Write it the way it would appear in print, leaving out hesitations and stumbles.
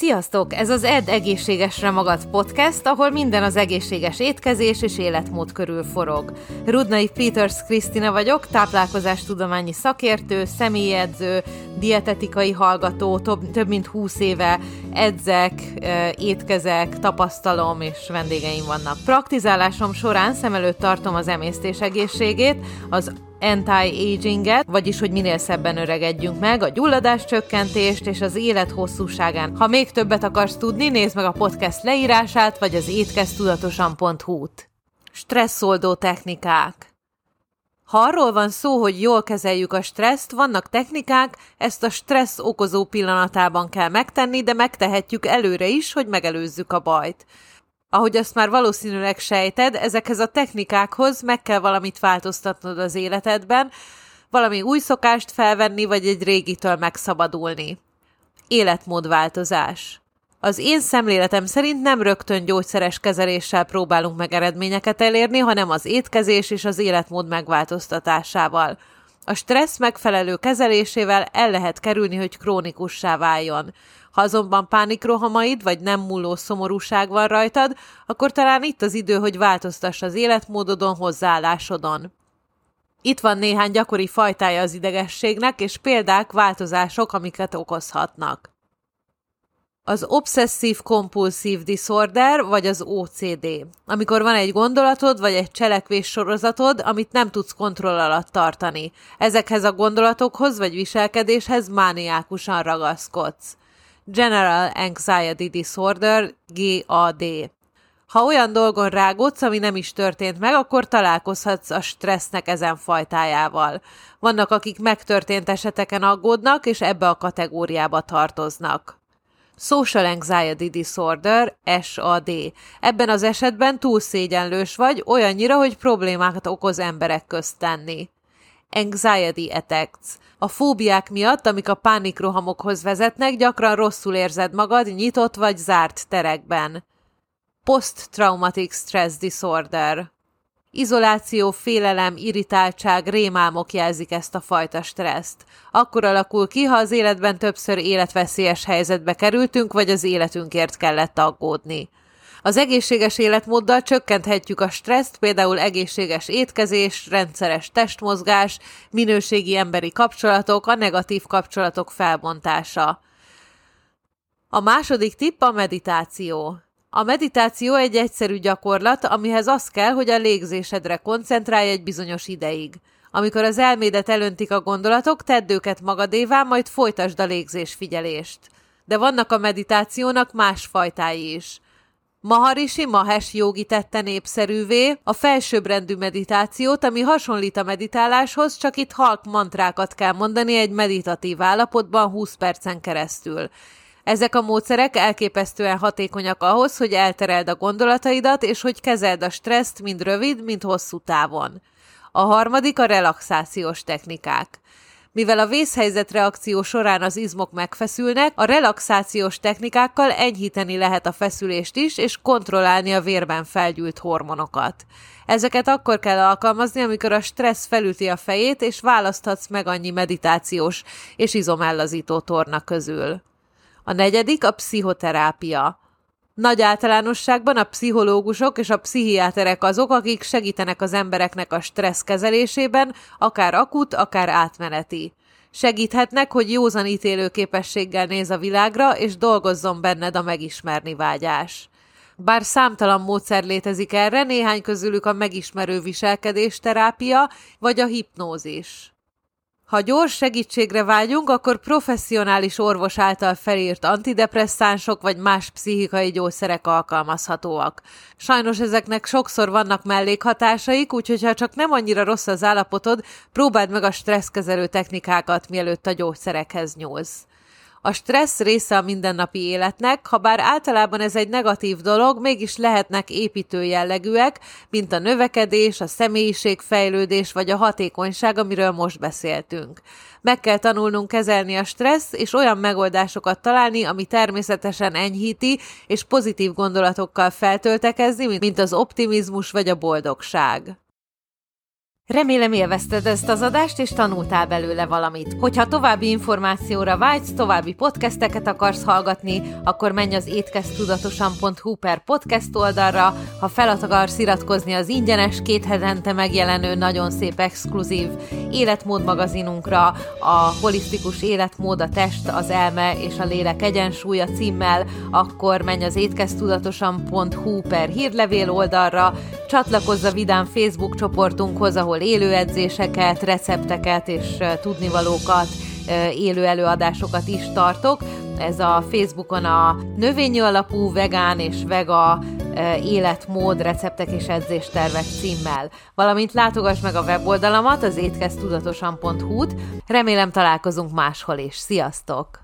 Sziasztok! Ez az Edd egészségesre magad podcast, ahol minden az egészséges étkezés és életmód körül forog. Rudnai Peters Krisztina vagyok, táplálkozástudományi szakértő, személyedző, dietetikai hallgató, több mint 20 éve edzek, étkezek, tapasztalom és vendégeim vannak. Praktizálásom során szem előtt tartom az emésztés egészségét, az anti-aginget, vagyis hogy minél szebben öregedjünk meg, a gyulladás csökkentést és az élet hosszúságán. Ha még többet akarsz tudni, nézd meg a podcast leírását, vagy az étkeztudatosan.hu-t. Stresszoldó technikák. Ha arról van szó, hogy jól kezeljük a stresszt, vannak technikák, ezt a stressz okozó pillanatában kell megtenni, de megtehetjük előre is, hogy megelőzzük a bajt. Ahogy azt már valószínűleg sejted, ezekhez a technikákhoz meg kell valamit változtatnod az életedben, valami új szokást felvenni, vagy egy régitől megszabadulni. Életmódváltozás. Az én szemléletem szerint nem rögtön gyógyszeres kezeléssel próbálunk meg eredményeket elérni, hanem az étkezés és az életmód megváltoztatásával. A stressz megfelelő kezelésével el lehet kerülni, hogy krónikussá váljon. Ha azonban pánikrohamaid vagy nem múló szomorúság van rajtad, akkor talán itt az idő, hogy változtass az életmódodon, hozzáállásodon. Itt van néhány gyakori fajtája az idegességnek, és példák, változások, amiket okozhatnak. Az Obsessive-Compulsive Disorder, vagy az OCD. Amikor van egy gondolatod, vagy egy cselekvés sorozatod, amit nem tudsz kontroll alatt tartani. Ezekhez a gondolatokhoz, vagy viselkedéshez mániákusan ragaszkodsz. General Anxiety Disorder, GAD. Ha olyan dolgon rágódsz, ami nem is történt meg, akkor találkozhatsz a stressznek ezen fajtájával. Vannak, akik megtörtént eseteken aggódnak, és ebbe a kategóriába tartoznak. Social Anxiety Disorder, SAD. Ebben az esetben túl szégyenlős vagy, olyannyira, hogy problémákat okoz emberek közt tenni. Anxiety Attacks. A fóbiák miatt, amik a pánikrohamokhoz vezetnek, gyakran rosszul érzed magad nyitott vagy zárt terekben. Post-Traumatic Stress Disorder. Izoláció, félelem, irritáltság, rémálmok jelzik ezt a fajta stresszt. Akkor alakul ki, ha az életben többször életveszélyes helyzetbe kerültünk, vagy az életünkért kellett aggódni. Az egészséges életmóddal csökkenthetjük a stresszt, például egészséges étkezés, rendszeres testmozgás, minőségi emberi kapcsolatok, a negatív kapcsolatok felbontása. A második tipp a meditáció. A meditáció egy egyszerű gyakorlat, amihez az kell, hogy a légzésedre koncentrálj egy bizonyos ideig. Amikor az elmédet elöntik a gondolatok, tedd őket magadévá, majd folytasd a légzésfigyelést. De vannak a meditációnak más fajtái is. Maharishi Mahesh Yogi tette népszerűvé a felsőbbrendű meditációt, ami hasonlít a meditáláshoz, csak itt halk mantrákat kell mondani egy meditatív állapotban 20 percen keresztül. Ezek a módszerek elképesztően hatékonyak ahhoz, hogy eltereld a gondolataidat, és hogy kezeld a stresszt mind rövid, mind hosszú távon. A harmadik a relaxációs technikák. Mivel a vészhelyzetreakció során az izmok megfeszülnek, a relaxációs technikákkal enyhíteni lehet a feszülést is, és kontrollálni a vérben felgyűlt hormonokat. Ezeket akkor kell alkalmazni, amikor a stressz felüti a fejét, és választhatsz meg annyi meditációs és izomellazító torna közül. A negyedik a pszichoterápia. Nagy általánosságban a pszichológusok és a pszichiáterek azok, akik segítenek az embereknek a stressz kezelésében, akár akut, akár átmeneti. Segíthetnek, hogy józan ítélőképességgel néz a világra, és dolgozzon benned a megismerni vágyás. Bár számtalan módszer létezik erre, néhány közülük a megismerő viselkedésterápia vagy a hipnózis. Ha gyors segítségre vágyunk, akkor professzionális orvos által felírt antidepresszánsok vagy más pszichikai gyógyszerek alkalmazhatóak. Sajnos ezeknek sokszor vannak mellékhatásaik, úgyhogy ha csak nem annyira rossz az állapotod, próbáld meg a stresszkezelő technikákat, mielőtt a gyógyszerekhez nyúlsz. A stressz része a mindennapi életnek, ha bár általában ez egy negatív dolog, mégis lehetnek építő jellegűek, mint a növekedés, a személyiségfejlődés vagy a hatékonyság, amiről most beszéltünk. Meg kell tanulnunk kezelni a stressz, és olyan megoldásokat találni, ami természetesen enyhíti, és pozitív gondolatokkal feltöltekezni, mint az optimizmus vagy a boldogság. Remélem élvezted ezt az adást, és tanultál belőle valamit. Hogyha további információra vágysz, további podcasteket akarsz hallgatni, akkor menj az étkeztudatosan.hu/podcast oldalra. Ha fel akarsz iratkozni az ingyenes, 2 hetente megjelenő, nagyon szép exkluzív életmód magazinunkra, a holisztikus életmód, a test, az elme és a lélek egyensúlya címmel, akkor menj az étkeztudatosan.hu/hírlevél oldalra, csatlakozz a vidám Facebook csoportunkhoz, ahol élő edzéseket, recepteket és tudnivalókat, élő előadásokat is tartok. Ez a Facebookon a növényi alapú vegán és vega életmód, receptek és edzéstervek címmel. Valamint látogass meg a weboldalamat, az étkeztudatosan.hu-t. Remélem találkozunk máshol is. Sziasztok!